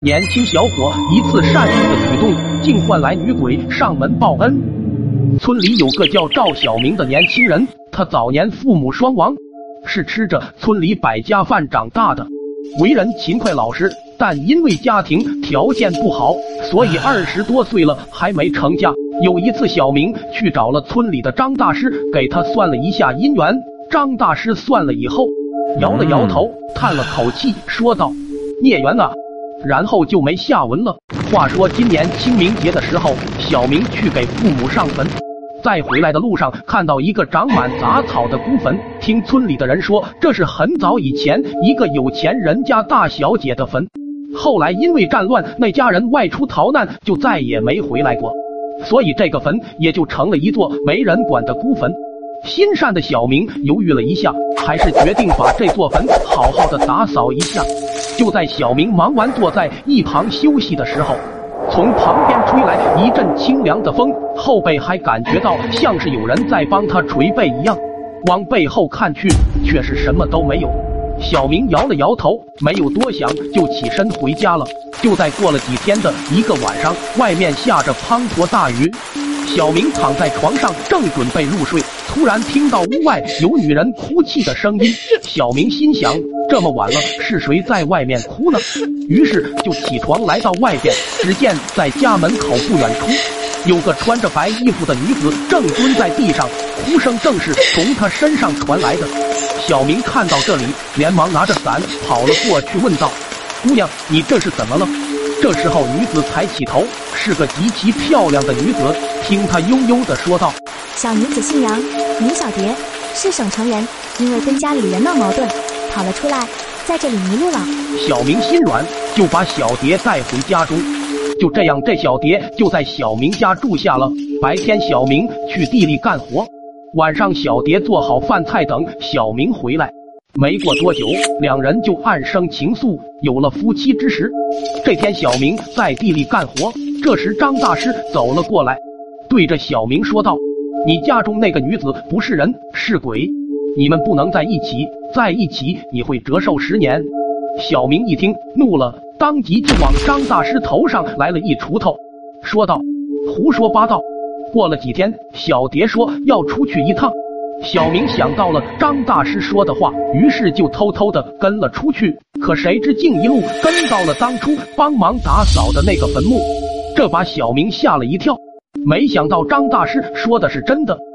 年轻小伙一次善意的举动，竟换来女鬼上门报恩。村里有个叫赵小明的年轻人，他早年父母双亡，是吃着村里百家饭长大的，为人勤快老实，但因为家庭条件不好，所以20多岁了还没成家。有一次，小明去找了村里的张大师，给他算了一下姻缘。张大师算了以后，摇了摇头，叹了口气，说道：“孽缘啊。”然后就没下文了。话说今年清明节的时候，小明去给父母上坟，在回来的路上看到一个长满杂草的孤坟，听村里的人说，这是很早以前一个有钱人家大小姐的坟，后来因为战乱，那家人外出逃难，就再也没回来过，所以这个坟也就成了一座没人管的孤坟。心善的小明犹豫了一下，还是决定把这座坟好好的打扫一下。就在小明忙完坐在一旁休息的时候，从旁边吹来一阵清凉的风，后背还感觉到像是有人在帮他捶背一样。往背后看去，却是什么都没有。小明摇了摇头，没有多想就起身回家了。就在过了几天的一个晚上，外面下着滂沱大雨，小明躺在床上正准备入睡，突然听到屋外有女人哭泣的声音。小明心想，这么晚了，是谁在外面哭呢？于是就起床来到外边，只见在家门口不远处，有个穿着白衣服的女子正蹲在地上，哭声正是从她身上传来的。小明看到这里，连忙拿着伞跑了过去，问道：“姑娘，你这是怎么了？”这时候女子抬起头，是个极其漂亮的女子，听她悠悠地说道：“ 小女子姓杨，名小蝶，是省城人，因为跟家里人闹矛盾，跑了出来，在这里迷路了。” 小明心软，就把小蝶带回家中。就这样，这小蝶就在小明家住下了。白天小明去地里干活，晚上小蝶做好饭菜等小明回来。没过多久，两人就暗生情愫，有了夫妻之实。这天小明在地里干活，这时张大师走了过来，对着小明说道：“你家中那个女子不是人，是鬼，你们不能在一起，在一起你会折寿10年。”小明一听怒了，当即就往张大师头上来了一锄头，说道：“胡说八道。”过了几天，小蝶说要出去一趟，小明想到了张大师说的话，于是就偷偷的跟了出去。可谁知竟一路跟到了当初帮忙打扫的那个坟墓，这把小明吓了一跳。没想到张大师说的是真的，